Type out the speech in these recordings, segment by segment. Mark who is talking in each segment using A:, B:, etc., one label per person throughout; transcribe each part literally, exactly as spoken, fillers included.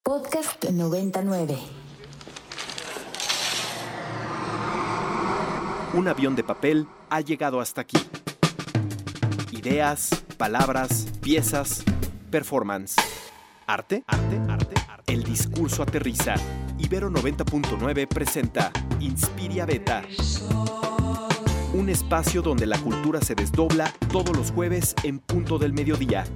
A: Podcast noventa y nueve.
B: Un avión de papel ha llegado hasta aquí. Ideas, palabras, piezas, performance. ¿Arte? ¿Arte? ¿Arte? ¿Arte? El discurso aterriza. Ibero noventa punto nueve presenta Inspiria Beta. Un espacio donde la cultura se desdobla todos los jueves en punto del mediodía.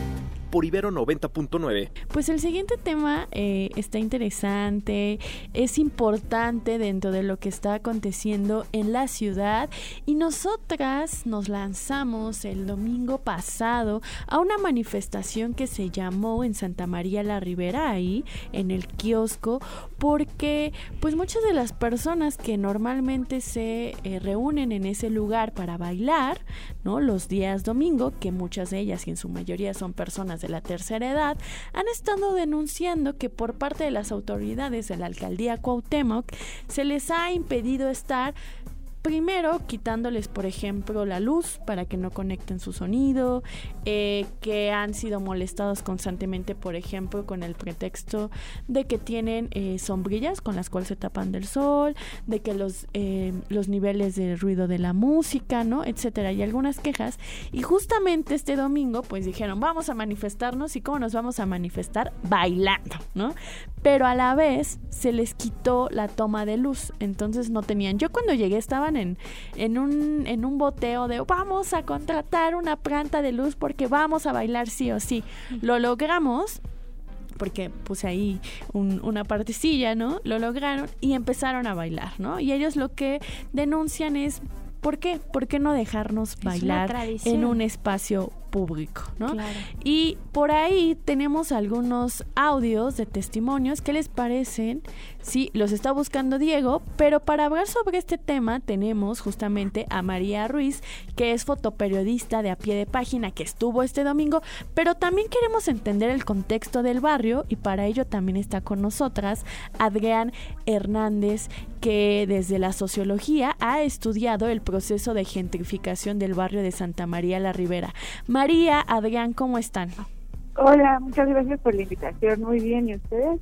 B: Por Ibero noventa punto nueve.
C: Pues el siguiente tema eh, está interesante, es importante dentro de lo que está aconteciendo en la ciudad y nosotras nos lanzamos el domingo pasado a una manifestación que se llamó en Santa María la Ribera, ahí en el kiosco, porque pues muchas de las personas que normalmente se eh, reúnen en ese lugar para bailar, ¿no? Los días domingo, que muchas de ellas y en su mayoría son personas de la tercera edad, han estado denunciando que por parte de las autoridades de la alcaldía Cuauhtémoc se les ha impedido estar, primero quitándoles por ejemplo la luz para que no conecten su sonido, eh, que han sido molestados constantemente por ejemplo con el pretexto de que tienen eh, sombrillas con las cuales se tapan del sol, de que los, eh, los niveles de ruido de la música, ¿no? Etcétera, y algunas quejas. Y justamente este domingo pues dijeron, vamos a manifestarnos. ¿Y cómo nos vamos a manifestar? Bailando, ¿no? Pero a la vez se les quitó la toma de luz, entonces no tenían. Yo cuando llegué estaban en, en, un, en un boteo de vamos a contratar una planta de luz porque vamos a bailar sí o sí. Lo logramos porque puse ahí un, una partecilla, ¿no? Lo lograron y empezaron a bailar, ¿no? Y ellos lo que denuncian es ¿por qué? ¿Por qué no dejarnos bailar en un espacio público, ¿no? Claro. Y por ahí tenemos algunos audios de testimonios. ¿Qué les parecen? Sí, los está buscando Diego, pero para hablar sobre este tema tenemos justamente a María Ruiz, que es fotoperiodista de A Pie de Página, que estuvo este domingo, pero también queremos entender el contexto del barrio y para ello también está con nosotras Adrián Hernández, que desde la sociología ha estudiado el proceso de gentrificación del barrio de Santa María la Ribera. María, Adrián, ¿cómo están?
D: Hola, muchas gracias por la invitación. Muy bien, ¿y ustedes?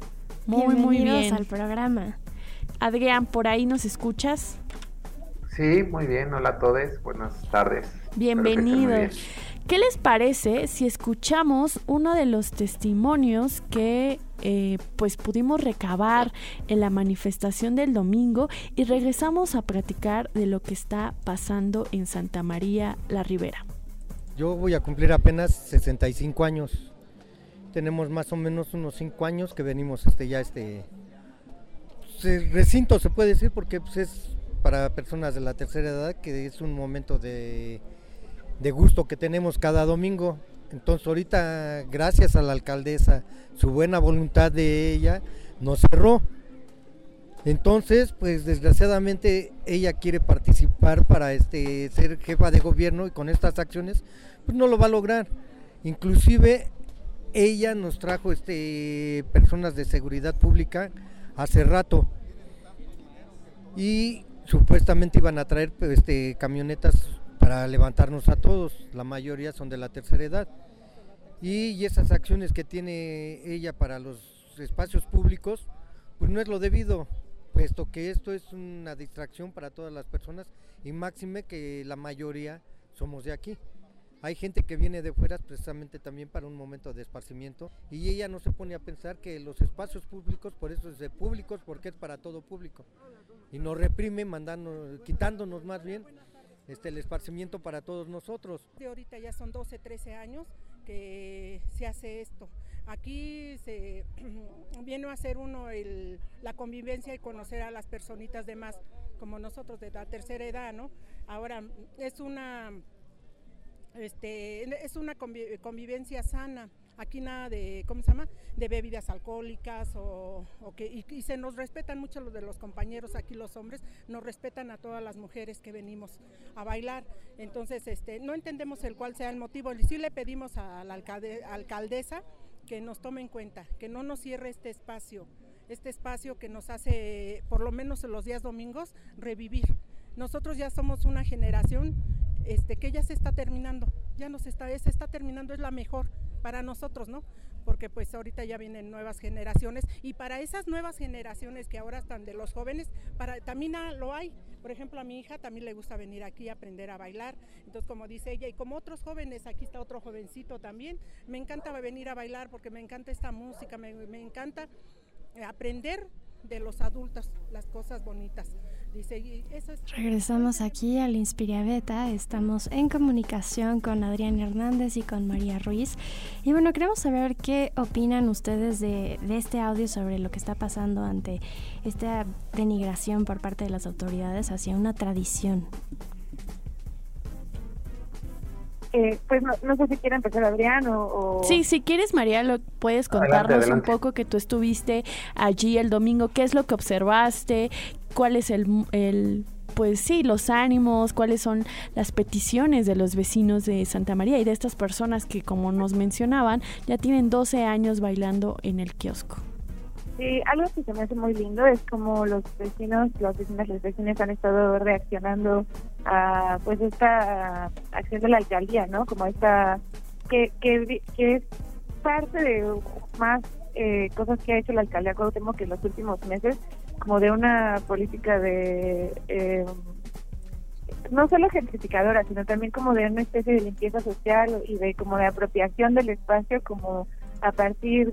C: Muy, muy bien.
E: Al programa.
C: Adrián, ¿por ahí nos escuchas?
F: Sí, muy bien. Hola a todos. Buenas tardes.
C: Bienvenidos. ¿Qué les parece si escuchamos uno de los testimonios que eh, pues pudimos recabar en la manifestación del domingo y regresamos a platicar de lo que está pasando en Santa María la Ribera?
G: Yo voy a cumplir apenas sesenta y cinco años. Tenemos más o menos unos cinco años que venimos este ya este pues, recinto, se puede decir, porque pues, es para personas de la tercera edad, que es un momento de, de gusto que tenemos cada domingo. Entonces ahorita, gracias a la alcaldesa, su buena voluntad de ella, nos cerró. Entonces, pues desgraciadamente ella quiere participar para este ser jefa de gobierno y con estas acciones pues no lo va a lograr. Inclusive ella nos trajo este personas de seguridad pública hace rato y supuestamente iban a traer este camionetas para levantarnos a todos. La mayoría son de la tercera edad y, y esas acciones que tiene ella para los espacios públicos pues no es lo debido, puesto que esto es una distracción para todas las personas y máxime que la mayoría somos de aquí. Hay gente que viene de fuera precisamente también para un momento de esparcimiento y ella no se pone a pensar que los espacios públicos, por eso es de públicos, porque es para todo público, y nos reprime mandando, quitándonos más bien este el esparcimiento para todos nosotros.
H: De ahorita ya son doce, trece años que se hace esto. Aquí se viene a hacer uno el, la convivencia y conocer a las personitas de más, como nosotros de la tercera edad, ¿no? Ahora es una, este, es una conviv- convivencia sana. Aquí nada de, ¿cómo se llama? De bebidas alcohólicas o, o que y, y se nos respetan mucho los de los compañeros aquí, los hombres nos respetan a todas las mujeres que venimos a bailar. Entonces, este, no entendemos el cuál sea el motivo. Y sí le pedimos a la alcalde, alcaldesa que nos tome en cuenta, que no nos cierre este espacio, este espacio que nos hace, por lo menos en los días domingos, revivir. Nosotros ya somos una generación este, que ya se está terminando, ya nos está, se está terminando, es la mejor para nosotros, ¿no? porque pues ahorita ya vienen nuevas generaciones y para esas nuevas generaciones que ahora están de los jóvenes, para también lo hay. Por ejemplo, a mi hija también le gusta venir aquí a aprender a bailar, entonces como dice ella, y como otros jóvenes, aquí está otro jovencito también, me encanta venir a bailar porque me encanta esta música, me, me encanta aprender de los adultos las cosas bonitas. Dice, y eso es...
E: Regresamos aquí al Inspiriabeta, estamos en comunicación con Adrián Hernández y con María Ruiz. Y bueno, queremos saber qué opinan ustedes de, de este audio sobre lo que está pasando ante esta denigración por parte de las autoridades hacia una tradición.
D: Eh, pues no, no sé si quiere empezar Adrián o, o...
C: Sí, si quieres, María, lo puedes contarnos
F: Adelante, adelante.
C: un poco que tú estuviste allí el domingo, qué es lo que observaste, cuál es el, el, pues sí, los ánimos, cuáles son las peticiones de los vecinos de Santa María y de estas personas que, como nos mencionaban, ya tienen doce años bailando en el kiosco.
D: Sí, algo que se me hace muy lindo es como los vecinos, los vecinos, los vecinos han estado reaccionando a pues esta acción de la alcaldía, ¿no? Como esta que que, que es parte de más eh, cosas que ha hecho la alcaldía Cuauhtémoc en los últimos meses, como de una política de eh, no solo gentrificadora, sino también como de una especie de limpieza social y de como de apropiación del espacio, como a partir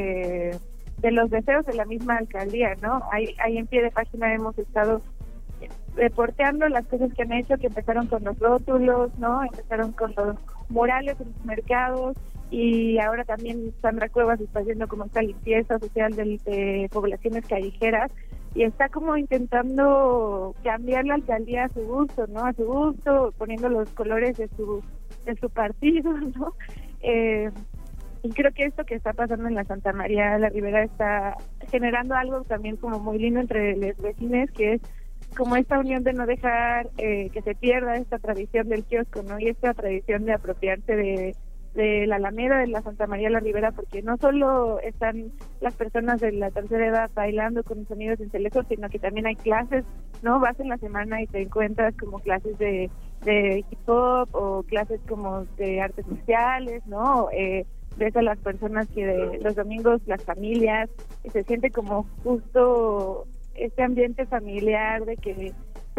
D: de de los deseos de la misma alcaldía, ¿no? Ahí, ahí en pie de página hemos estado reporteando las cosas que han hecho, que empezaron con los rótulos, ¿no? Empezaron con los murales en los mercados y ahora también Sandra Cuevas está haciendo como esta limpieza social de, de poblaciones callejeras y está como intentando cambiar la alcaldía a su gusto, ¿no? A su gusto, poniendo los colores de su de su partido, ¿no? Eh, Y creo que esto que está pasando en la Santa María la Ribera está generando algo también como muy lindo entre los vecinos, que es como esta unión de no dejar eh, que se pierda esta tradición del kiosco, ¿no? Y esta tradición de apropiarse de, de la Alameda de la Santa María la Ribera, porque no solo están las personas de la tercera edad bailando con sonidos en teléfono, sino que también hay clases, ¿no? Vas en la semana y te encuentras como clases de, de hip hop o clases como de artes sociales, ¿no? Eh, ves a las personas que de los domingos, las familias, se siente como justo este ambiente familiar de que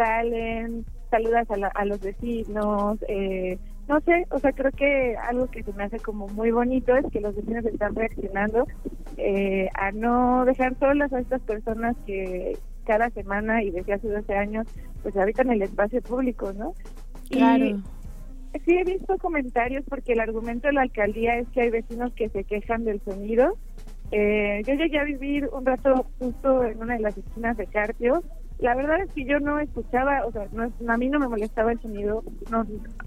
D: salen, saludas a, la, a los vecinos, eh, no sé, o sea, creo que algo que se me hace como muy bonito es que los vecinos están reaccionando eh, a no dejar solas a estas personas que cada semana y desde hace doce años pues habitan el espacio público, ¿no?
C: Claro.
D: Y, sí, he visto comentarios porque el argumento de la alcaldía es que hay vecinos que se quejan del sonido. Eh, yo llegué a vivir un rato justo en una de las esquinas de Carpio. La verdad es que yo no escuchaba, o sea, no, a mí no me molestaba el sonido. No,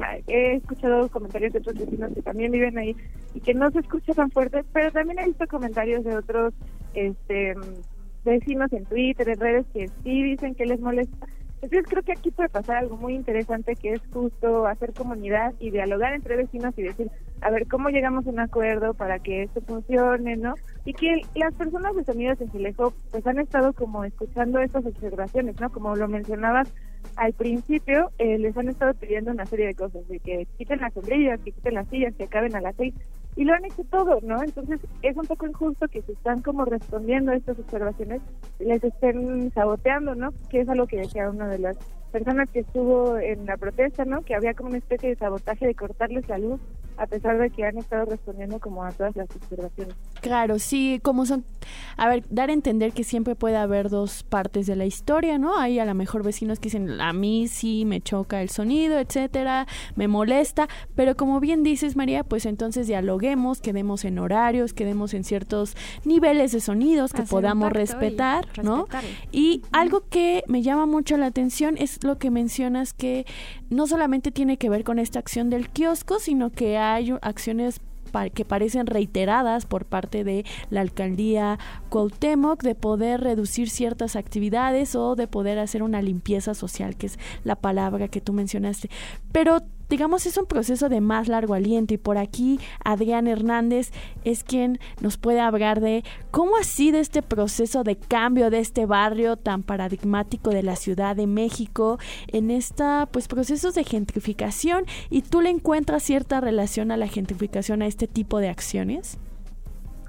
D: he escuchado comentarios de otros vecinos que también viven ahí y que no se escucha tan fuerte, pero también he visto comentarios de otros este, vecinos en Twitter, en redes, que sí dicen que les molesta. Entonces creo que aquí puede pasar algo muy interesante, que es justo hacer comunidad y dialogar entre vecinos y decir, a ver, ¿cómo llegamos a un acuerdo para que esto funcione, no? Y que las personas de Sonidos en Silejo pues han estado como escuchando estas observaciones, ¿no? Como lo mencionabas al principio, eh, les han estado pidiendo una serie de cosas, de que quiten las sombrillas, que quiten las sillas, que acaben a las seis, y lo han hecho todo, ¿no? Entonces es un poco injusto que se están como respondiendo a estas observaciones, les estén saboteando, ¿no? Que es algo que decía una de las personas que estuvo en la protesta, ¿no? Que había como una especie de sabotaje de cortarles la luz, a pesar de que han estado respondiendo como a todas las observaciones.
C: Claro, sí, como son, a ver, dar a entender que siempre puede haber dos partes de la historia, ¿no? Hay a lo mejor vecinos que dicen, a mí sí me choca el sonido, etcétera, me molesta, pero como bien dices, María, pues entonces dialoguemos, quedemos en horarios, quedemos en ciertos niveles de sonidos que
E: Hacer
C: podamos
E: un pacto
C: respetar,
E: y
C: ¿no?
E: respetarlo.
C: Y algo que me llama mucho la atención es lo que mencionas, que no solamente tiene que ver con esta acción del kiosco, sino que hay acciones que parecen reiteradas por parte de la alcaldía Cuauhtémoc de poder reducir ciertas actividades o de poder hacer una limpieza social, que es la palabra que tú mencionaste. Pero digamos, es un proceso de más largo aliento y por aquí Adrián Hernández es quien nos puede hablar de cómo ha sido este proceso de cambio de este barrio tan paradigmático de la Ciudad de México en esta, pues, procesos de gentrificación, y tú le encuentras cierta relación a la gentrificación, a este tipo de acciones.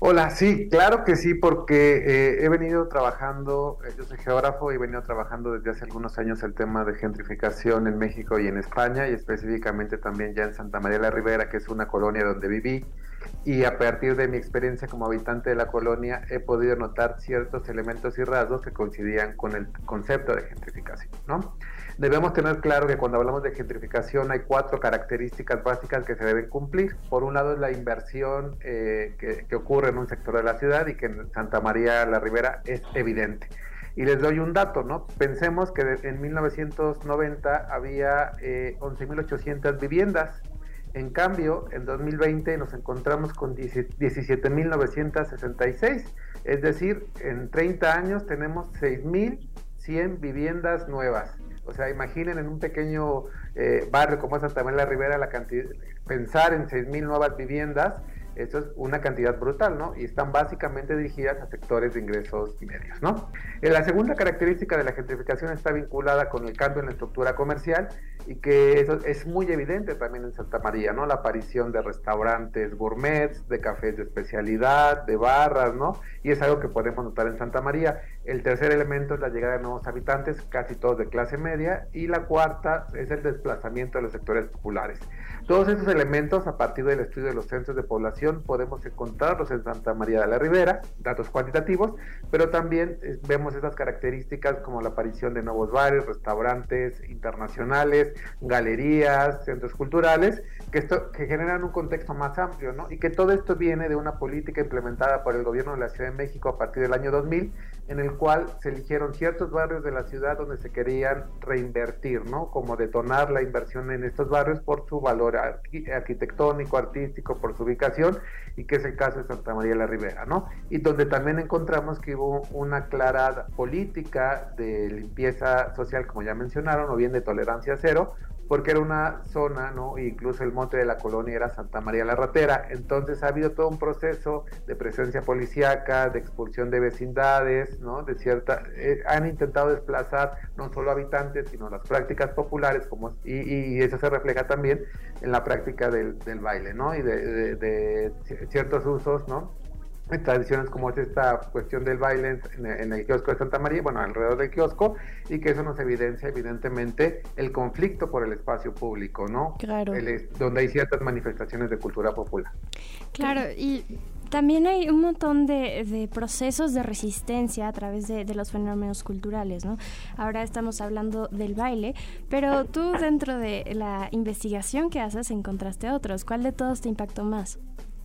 F: Hola, sí, claro que sí, porque eh, he venido trabajando, eh, yo soy geógrafo y he venido trabajando desde hace algunos años el tema de gentrificación en México y en España, y específicamente también ya en Santa María la Ribera, que es una colonia donde viví, y a partir de mi experiencia como habitante de la colonia he podido notar ciertos elementos y rasgos que coincidían con el concepto de gentrificación, ¿no? Debemos tener claro que cuando hablamos de gentrificación hay cuatro características básicas que se deben cumplir. Por un lado es la inversión eh, que, que ocurre en un sector de la ciudad y que en Santa María la Ribera es evidente. Y les doy un dato, ¿no? Pensemos que en mil novecientos noventa había eh, once mil ochocientas viviendas. En cambio, en dos mil veinte nos encontramos con diecisiete mil novecientos sesenta y seis. Es decir, en treinta años tenemos seis mil cien viviendas nuevas. O sea, imaginen en un pequeño eh, barrio como Santa María la Ribera, la cantidad, pensar en seis mil nuevas viviendas, eso es una cantidad brutal, ¿no? Y están básicamente dirigidas a sectores de ingresos medios, ¿no? Eh, la segunda característica de la gentrificación está vinculada con el cambio en la estructura comercial y que eso es muy evidente también en Santa María, ¿no? La aparición de restaurantes gourmets, de cafés de especialidad, de barras, ¿no? Y es algo que podemos notar en Santa María. El tercer elemento es la llegada de nuevos habitantes, casi todos de clase media, y la cuarta es el desplazamiento de los sectores populares. Todos esos elementos, a partir del estudio de los centros de población, podemos encontrarlos en Santa María de la Ribera, datos cuantitativos, pero también eh, vemos esas características como la aparición de nuevos bares, restaurantes internacionales, galerías, centros culturales, que, esto, que generan un contexto más amplio, ¿no? Y que todo esto viene de una política implementada por el gobierno de la Ciudad de México a partir del año dos mil, en el cual se eligieron ciertos barrios de la ciudad donde se querían reinvertir, ¿no? Como detonar la inversión en estos barrios por su valor arquitectónico, artístico, por su ubicación, y que es el caso de Santa María la Ribera, ¿no? Y donde también encontramos que hubo una clara política de limpieza social, como ya mencionaron, o bien de tolerancia cero, porque era una zona, ¿no? E incluso el monte de la colonia era Santa María la Ratera. Entonces ha habido todo un proceso de presencia policíaca, de expulsión de vecindades, ¿no? De cierta, eh, han intentado desplazar no solo habitantes, sino las prácticas populares, como y, y eso se refleja también en la práctica del, del baile, ¿no? Y de, de, de ciertos usos, ¿no? Tradiciones como es esta cuestión del baile en, en el kiosco de Santa María, bueno, alrededor del kiosco, y que eso nos evidencia evidentemente el conflicto por el espacio público, ¿no?
C: Claro.
F: El, donde hay ciertas manifestaciones de cultura popular.
E: Claro, y también hay un montón de, de procesos de resistencia a través de, de los fenómenos culturales, ¿no? Ahora estamos hablando del baile, pero tú dentro de la investigación que haces encontraste otros. ¿Cuál de todos te impactó más?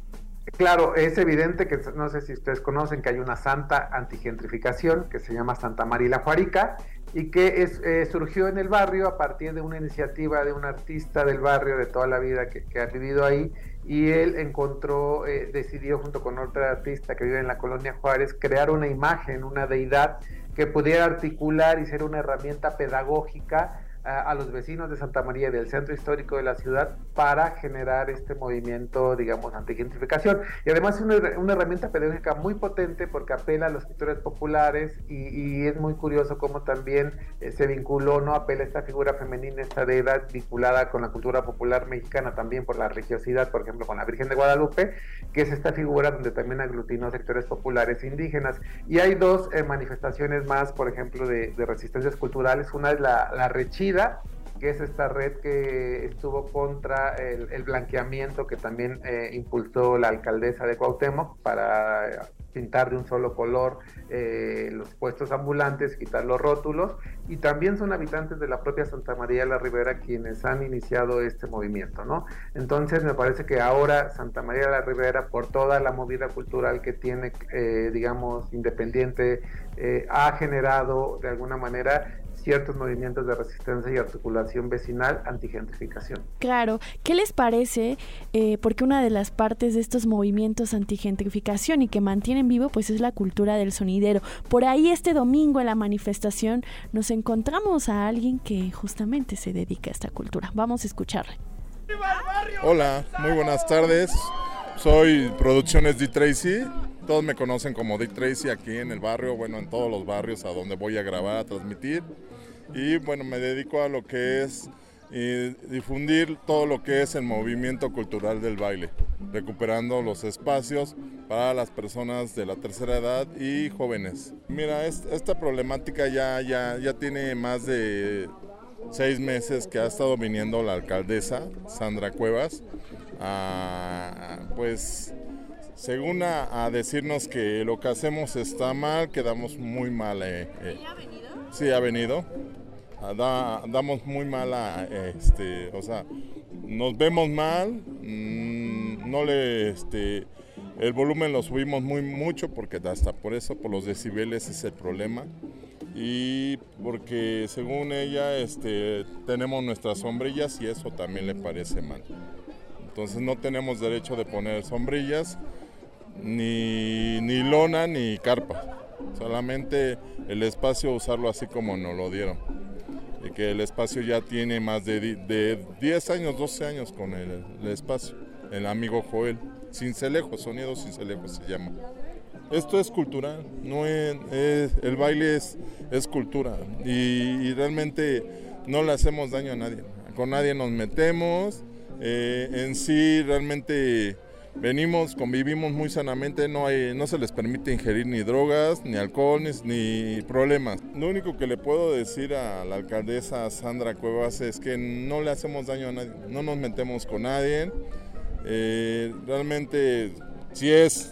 F: Claro, es evidente que, no sé si ustedes conocen, que hay una santa antigentrificación que se llama Santa María la Juarica y que es, eh, surgió en el barrio a partir de una iniciativa de un artista del barrio de toda la vida que, que ha vivido ahí, y él encontró, eh, decidió junto con otra artista que vive en la colonia Juárez crear una imagen, una deidad que pudiera articular y ser una herramienta pedagógica a los vecinos de Santa María y del centro histórico de la ciudad para generar este movimiento, digamos, antigentrificación. Y además es una, una herramienta pedagógica muy potente porque apela a los sectores populares y, y es muy curioso cómo también eh, se vinculó, ¿no? Apela a esta figura femenina, esta deidad vinculada con la cultura popular mexicana también por la religiosidad, por ejemplo, con la Virgen de Guadalupe, que es esta figura donde también aglutinó sectores populares e indígenas. Y hay dos eh, manifestaciones más, por ejemplo, de, de resistencias culturales. Una es la, la Rechida, que es esta red que estuvo contra el, el blanqueamiento que también eh, impulsó la alcaldesa de Cuauhtémoc para pintar de un solo color eh, los puestos ambulantes, quitar los rótulos, y también son habitantes de la propia Santa María de la Ribera quienes han iniciado este movimiento, ¿no? Entonces me parece que ahora Santa María de la Ribera, por toda la movida cultural que tiene, eh, digamos, independiente, eh, ha generado de alguna manera ciertos movimientos de resistencia y articulación vecinal antigentrificación.
C: Claro, ¿qué les parece? Eh, porque una de las partes de estos movimientos antigentrificación y que mantienen vivo, pues es la cultura del sonidero. Por ahí este domingo en la manifestación nos encontramos a alguien que justamente se dedica a esta cultura. Vamos a escucharle.
I: Hola, muy buenas tardes. Soy Producciones Dick Tracy. Todos me conocen como Dick Tracy aquí en el barrio, bueno, en todos los barrios a donde voy a grabar, a transmitir. Y bueno, me dedico a lo que es y difundir todo lo que es el movimiento cultural del baile, recuperando los espacios para las personas de la tercera edad y jóvenes. Mira, es, esta problemática ya, ya, ya tiene más de seis meses que ha estado viniendo la alcaldesa, Sandra Cuevas, a, pues, según a, a decirnos que lo que hacemos está mal, quedamos muy mal. Eh, eh.
C: ¿Ella ha venido?
I: Sí, ha venido. Da, damos muy mala, este, o sea, nos vemos mal, mmm, no le, este, el volumen lo subimos muy mucho porque hasta por eso, por los decibeles es el problema, y porque según ella, este, tenemos nuestras sombrillas y eso también le parece mal. Entonces no tenemos derecho de poner sombrillas, ni, ni lona ni carpa, solamente el espacio usarlo así como nos lo dieron. Y que el espacio ya tiene más de, de diez años, doce años con el, el espacio, el amigo Joel, Cincelejo, Sonido Cincelejo se llama. Esto es cultural, no es, es, el baile es, es cultura y, y realmente no le hacemos daño a nadie, con nadie nos metemos, eh, en sí realmente venimos, convivimos muy sanamente, no hay, no se les permite ingerir ni drogas, ni alcohol, ni, ni problemas. Lo único que le puedo decir a la alcaldesa Sandra Cuevas es que no le hacemos daño a nadie, no nos metemos con nadie. Eh, realmente, si es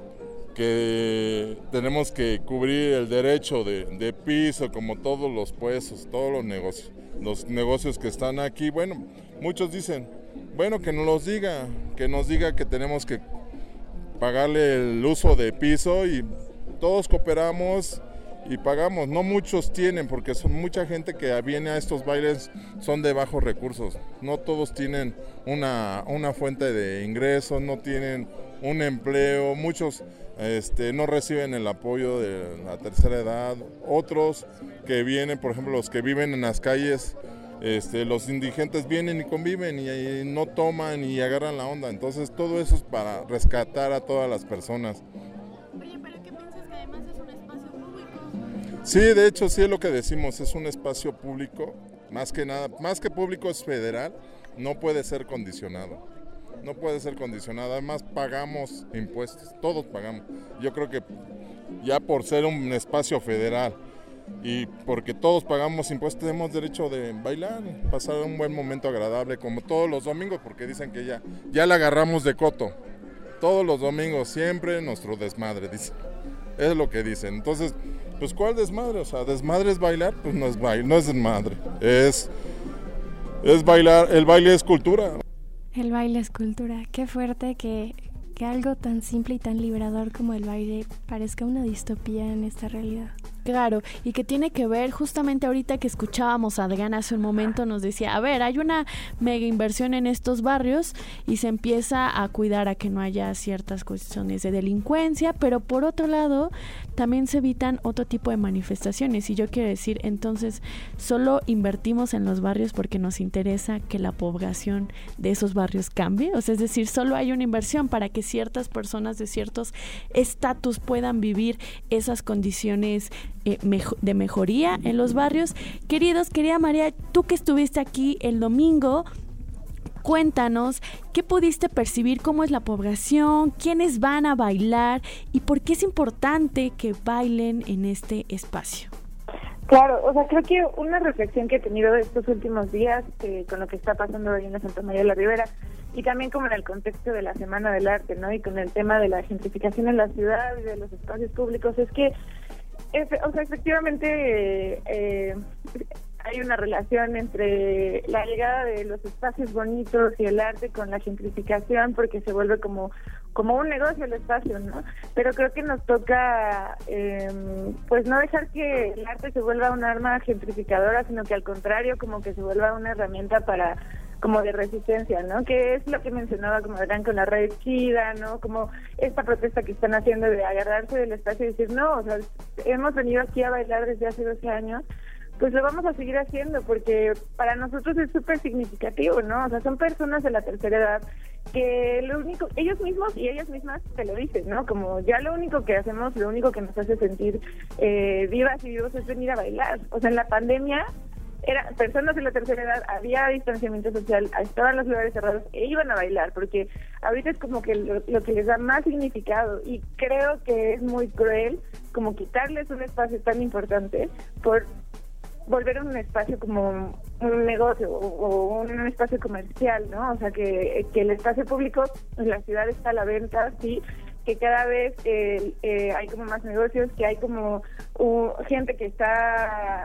I: que tenemos que cubrir el derecho de, de piso, como todos los puestos, todos los negocios, los negocios que están aquí, bueno, muchos dicen, bueno, que nos los diga, que nos diga que tenemos que pagarle el uso de piso y todos cooperamos y pagamos. No muchos tienen, porque son mucha gente que viene a estos bailes son de bajos recursos. No todos tienen una, una fuente de ingresos, no tienen un empleo, muchos este, no reciben el apoyo de la tercera edad. Otros que vienen, por ejemplo, los que viven en las calles, Este, los indigentes vienen y conviven y, y no toman y agarran la onda. Entonces todo eso es para rescatar a todas las personas.
C: Oye, pero ¿qué piensas que además es un espacio público?
I: Sí, de hecho sí es lo que decimos, es un espacio público, más que nada, más que público es federal, no puede ser condicionado. No puede ser condicionado, además pagamos impuestos, todos pagamos. Yo creo que ya por ser un espacio federal y porque todos pagamos impuestos tenemos derecho de bailar, pasar un buen momento agradable como todos los domingos, porque dicen que ya, ya la agarramos de coto, todos los domingos siempre nuestro desmadre, dicen, es lo que dicen. Entonces, pues ¿cuál desmadre? O sea, desmadre es bailar, pues no es baile, no es desmadre, es, es bailar, el baile es cultura.
E: El baile es cultura, qué fuerte que, que algo tan simple y tan liberador como el baile parezca una distopía en esta realidad.
C: Claro, y que tiene que ver, justamente ahorita que escuchábamos a Adrián hace un momento, nos decía, a ver, hay una mega inversión en estos barrios y se empieza a cuidar a que no haya ciertas cuestiones de delincuencia, pero por otro lado también se evitan otro tipo de manifestaciones. Y yo quiero decir, entonces, solo invertimos en los barrios porque nos interesa que la población de esos barrios cambie, o sea, es decir, solo hay una inversión para que ciertas personas de ciertos estatus puedan vivir esas condiciones Eh, mejo- de mejoría en los barrios. Queridos, querida María, tú que estuviste aquí el domingo, cuéntanos qué pudiste percibir, cómo es la población, quiénes van a bailar y por qué es importante que bailen en este espacio.
D: Claro, o sea, creo que una reflexión que he tenido estos últimos días eh, con lo que está pasando hoy en la Santa María de la Ribera y también como en el contexto de la Semana del Arte, ¿no? Y con el tema de la gentrificación en la ciudad y de los espacios públicos, es que o sea, efectivamente eh, eh, hay una relación entre la llegada de los espacios bonitos y el arte con la gentrificación, porque se vuelve como como un negocio el espacio, ¿no? Pero creo que nos toca eh, pues no dejar que el arte se vuelva un arma gentrificadora, sino que al contrario, como que se vuelva una herramienta para como de resistencia, ¿no? Que es lo que mencionaba como Adrián con la red Chida, ¿no? Como esta protesta que están haciendo de agarrarse del espacio y decir, no, o sea, hemos venido aquí a bailar desde hace doce años, pues lo vamos a seguir haciendo, porque para nosotros es súper significativo, ¿no? O sea, son personas de la tercera edad que lo único, ellos mismos y ellas mismas te lo dicen, ¿no? Como ya lo único que hacemos, lo único que nos hace sentir eh, vivas y vivos es venir a bailar. O sea, en la pandemia eran personas de la tercera edad, había distanciamiento social, estaban los lugares cerrados e iban a bailar, porque ahorita es como que lo, lo que les da más significado, y creo que es muy cruel como quitarles un espacio tan importante por volver a un espacio como un negocio o, o un espacio comercial, ¿no? O sea, que, que el espacio público en la ciudad está a la venta, sí, que cada vez eh, eh, hay como más negocios, que hay como uh, gente que está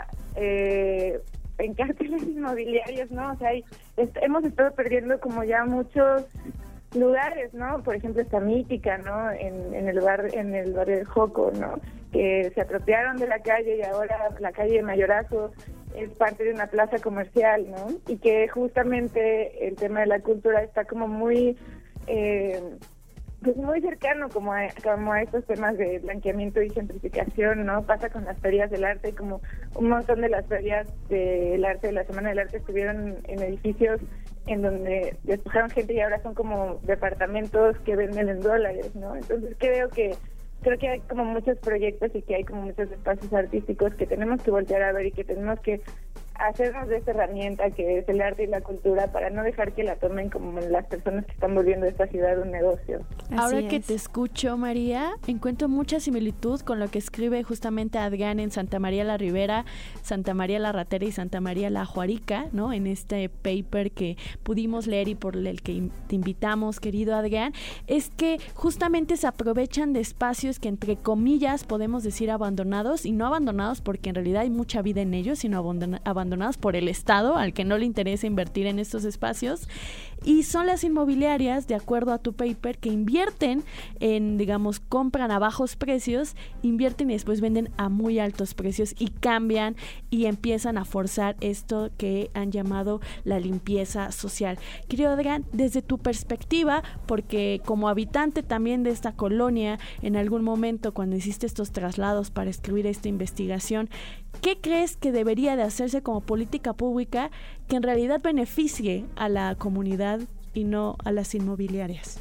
D: eh, en cárteles inmobiliarios, ¿no? O sea, hay, est- hemos estado perdiendo como ya muchos lugares, ¿no? Por ejemplo, esta mítica, ¿no? En, en el bar, en el barrio del Joco, ¿no? Que se apropiaron de la calle y ahora la calle de Mayorazgo es parte de una plaza comercial, ¿no? Y que justamente el tema de la cultura está como muy... Eh, pues muy cercano como a, como a estos temas de blanqueamiento y gentrificación, ¿no? Pasa con las ferias del arte, como un montón de las ferias del arte, de la Semana del Arte, estuvieron en edificios en donde despojaron gente y ahora son como departamentos que venden en dólares, ¿no? Entonces creo que creo que hay como muchos proyectos y que hay como muchos espacios artísticos que tenemos que voltear a ver y que tenemos que hacernos de esta herramienta que es el arte y la cultura para no dejar que la tomen como las personas que están volviendo a esta ciudad un negocio.
C: Ahora
E: Así
C: que
E: es.
C: te escucho, María, encuentro mucha similitud con lo que escribe justamente Adrián en Santa María la Ribera, Santa María la Ratera y Santa María la Juarica, ¿no? En este paper que pudimos leer y por el que te invitamos, querido Adrián, es que justamente se aprovechan de espacios que entre comillas podemos decir abandonados, y no abandonados porque en realidad hay mucha vida en ellos, sino abandona- abandonados por el Estado, al que no le interesa invertir en estos espacios, y son las inmobiliarias, de acuerdo a tu paper, que invierten en, digamos, compran a bajos precios, invierten y después venden a muy altos precios y cambian y empiezan a forzar esto que han llamado la limpieza social. Querido Adrián, desde tu perspectiva, porque como habitante también de esta colonia, en algún momento cuando hiciste estos traslados para escribir esta investigación, ¿qué crees que debería de hacerse como política pública que en realidad beneficie a la comunidad y no a las inmobiliarias?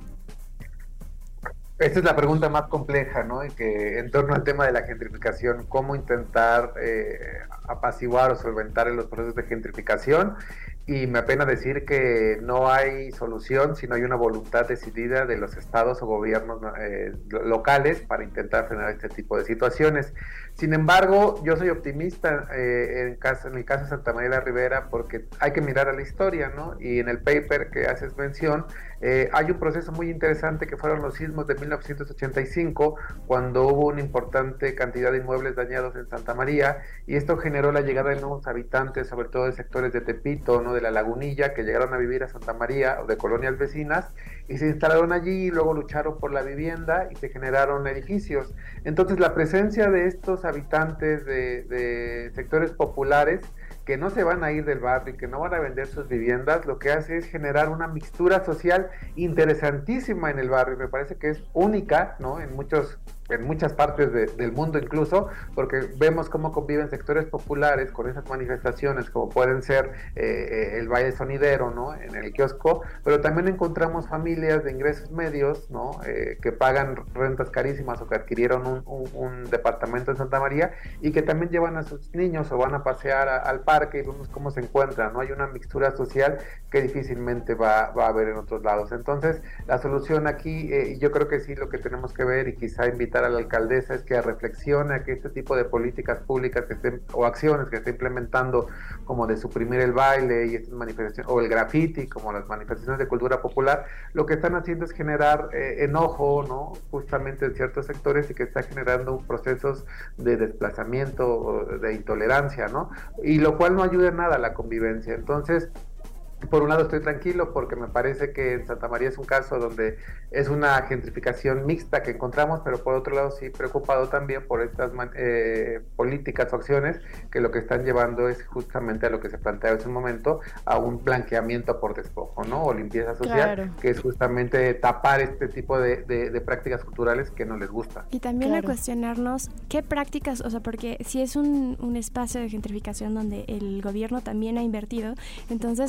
F: Esta es la pregunta más compleja, ¿no? Y que en torno al tema de la gentrificación, cómo intentar eh, apaciguar o solventar en los procesos de gentrificación. Y me apena decir que no hay solución si no hay una voluntad decidida de los estados o gobiernos eh, locales para intentar frenar este tipo de situaciones. Sin embargo, yo soy optimista eh, en, caso, en el caso de Santa María la Ribera, porque hay que mirar a la historia, ¿no? Y en el paper que haces mención, eh, hay un proceso muy interesante que fueron los sismos de mil novecientos ochenta y cinco, cuando hubo una importante cantidad de inmuebles dañados en Santa María, y esto generó la llegada de nuevos habitantes, sobre todo de sectores de Tepito, ¿no? De la Lagunilla, que llegaron a vivir a Santa María o de colonias vecinas y se instalaron allí y luego lucharon por la vivienda y se generaron edificios. Entonces la presencia de estos habitantes de, de sectores populares que no se van a ir del barrio y que no van a vender sus viviendas, lo que hace es generar una mixtura social interesantísima en el barrio. Me parece que es única, ¿no? En muchos en muchas partes de, del mundo incluso, porque vemos cómo conviven sectores populares con esas manifestaciones, como pueden ser eh, el Valle Sonidero, ¿no? En el kiosco, pero también encontramos familias de ingresos medios, ¿no? Eh, que pagan rentas carísimas o que adquirieron un, un, un departamento en Santa María y que también llevan a sus niños o van a pasear a, al parque y vemos cómo se encuentran, ¿no? Hay una mixtura social que difícilmente va, va a haber en otros lados. Entonces, la solución aquí, eh, yo creo que sí, lo que tenemos que ver y quizá invitar a la alcaldesa es que reflexione a que este tipo de políticas públicas que estén, o acciones que esté implementando, como de suprimir el baile y estas manifestaciones, o el graffiti, como las manifestaciones de cultura popular, lo que están haciendo es generar eh, enojo, ¿no? Justamente en ciertos sectores, y que está generando procesos de desplazamiento, de intolerancia, ¿no? Y lo cual no ayuda en nada a la convivencia. Entonces, por un lado estoy tranquilo porque me parece que en Santa María es un caso donde es una gentrificación mixta que encontramos, pero por otro lado sí preocupado también por estas eh, políticas o acciones que lo que están llevando es justamente a lo que se planteaba hace un momento, a un blanqueamiento por despojo, ¿no? O limpieza social, claro, que es justamente tapar este tipo de, de, de prácticas culturales que no les gusta.
E: Y también
C: claro.
E: a cuestionarnos qué prácticas, o sea, porque si es un, un espacio de gentrificación donde el gobierno también ha invertido, entonces qué prácticas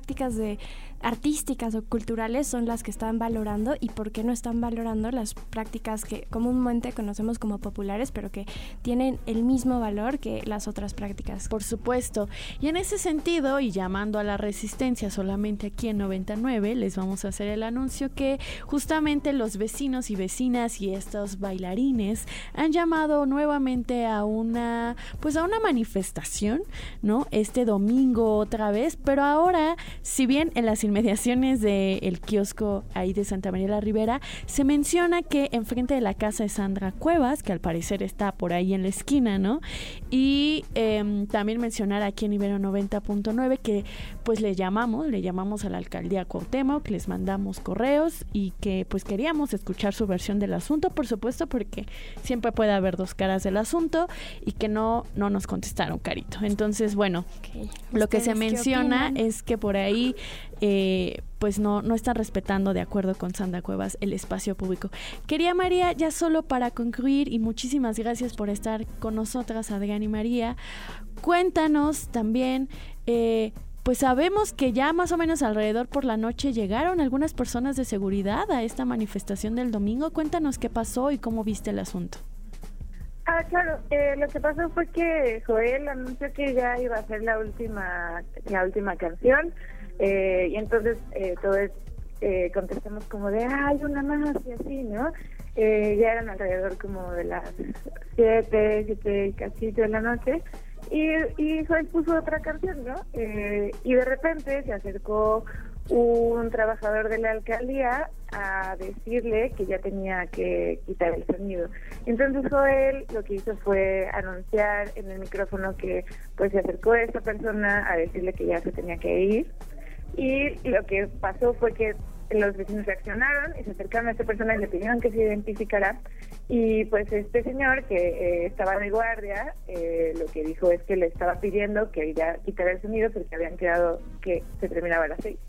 E: prácticas de artísticas o culturales son las que están valorando y por qué no están valorando las prácticas que comúnmente conocemos como populares, pero que tienen el mismo valor que las otras prácticas.
C: Por supuesto. Y en ese sentido, y llamando a la resistencia solamente aquí en noventa y nueve, les vamos a hacer el anuncio que justamente los vecinos y vecinas y estos bailarines han llamado nuevamente a una, pues a una manifestación, ¿no? Este domingo otra vez, pero ahora, si bien en las inmediaciones del kiosco ahí de Santa María la Ribera, se menciona que enfrente de la casa de Sandra Cuevas, que al parecer está por ahí en la esquina, ¿no? Y eh, también mencionar aquí en Ibero noventa punto nueve que pues le llamamos, le llamamos a la alcaldía Cuauhtémoc, les mandamos correos y que pues queríamos escuchar su versión del asunto, por supuesto, porque siempre puede haber dos caras del asunto y que no, no nos contestaron, Carito. Entonces, bueno, okay. Lo que se menciona es que por ahí Eh, pues no, no están respetando, de acuerdo con Sandra Cuevas, el espacio público. Quería, María, ya solo para concluir, y muchísimas gracias por estar con nosotras, Adrián y María, cuéntanos también, eh, pues sabemos que ya más o menos alrededor por la noche llegaron algunas personas de seguridad a esta manifestación del domingo. Cuéntanos qué pasó y cómo viste el asunto.
D: Ah, claro, eh, lo que pasó fue que Joel anunció que ya iba a ser la última, la última canción. Eh, y entonces eh, todos eh, contestamos como de ay, una más y así, ¿no? Eh, ya eran alrededor como de las siete, siete cachito de la noche y, y Joel puso otra canción, ¿no? Eh, y de repente se acercó un trabajador de la alcaldía a decirle que ya tenía que quitar el sonido. Entonces Joel lo que hizo fue anunciar en el micrófono que pues se acercó a esta persona a decirle que ya se tenía que ir. Y lo que pasó fue que los vecinos reaccionaron y se acercaron a esta persona y le pidieron que se identificara. Y pues este señor que eh, estaba de guardia, eh, lo que dijo es que le estaba pidiendo que ya quitara el sonido porque habían quedado que se terminaba a las seis.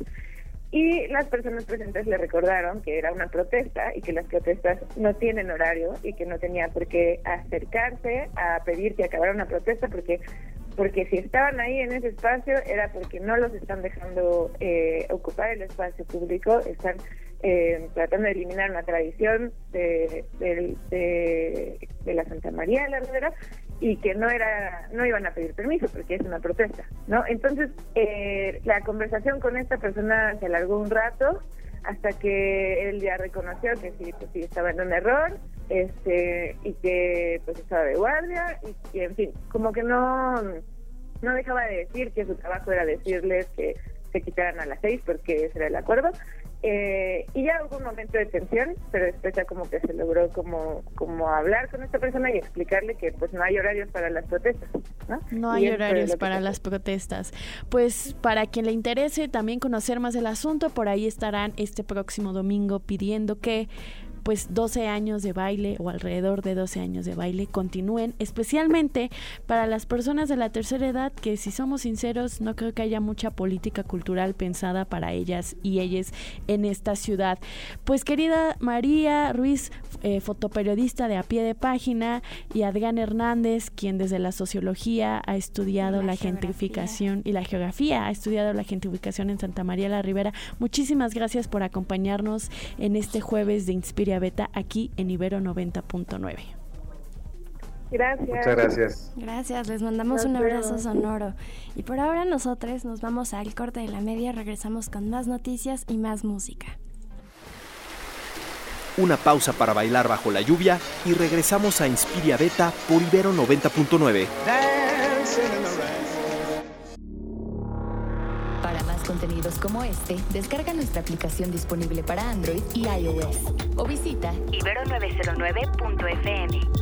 D: Y las personas presentes le recordaron que era una protesta y que las protestas no tienen horario y que no tenía por qué acercarse a pedir que acabara una protesta porque porque si estaban ahí en ese espacio era porque no los están dejando eh, ocupar el espacio público, están eh, tratando de eliminar una tradición de, de, de, de la Santa María de la Ribera y que no era no iban a pedir permiso porque es una protesta, ¿no? Entonces eh, la conversación con esta persona se alargó un rato hasta que él ya reconoció que sí, pues sí estaba en un error, este y que pues estaba de guardia y que en fin, como que no no dejaba de decir que su trabajo era decirles que se quitaran a las seis porque ese era el acuerdo. Eh, y ya hubo un momento de tensión, pero después ya como que se logró como como hablar con esta persona y explicarle que pues no hay horarios para las protestas, ¿no?
C: No hay horarios para las protestas. Pues para quien le interese también conocer más del asunto, por ahí estarán este próximo domingo pidiendo que pues doce años de baile o alrededor de doce años de baile continúen, especialmente para las personas de la tercera edad que, si somos sinceros, no creo que haya mucha política cultural pensada para ellas y ellos en esta ciudad. Pues querida María Ruiz, eh, fotoperiodista de A Pie de Página, y Adrián Hernández, quien desde la sociología ha estudiado la, la gentrificación y la geografía, ha estudiado la gentrificación en Santa María la Ribera. Muchísimas gracias por acompañarnos en este jueves de Inspiria Beta aquí en Ibero noventa punto nueve.
D: Gracias.
F: Muchas gracias.
E: Gracias, les mandamos un abrazo sonoro. Y por ahora nosotros nos vamos al corte de la media, regresamos con más noticias y más música.
B: Una pausa para bailar bajo la lluvia y regresamos a Inspiria Beta por Ibero noventa punto nueve.
A: Para más contenidos como este, descarga nuestra aplicación disponible para Android y iOS o visita ibero novecientos nueve punto f m.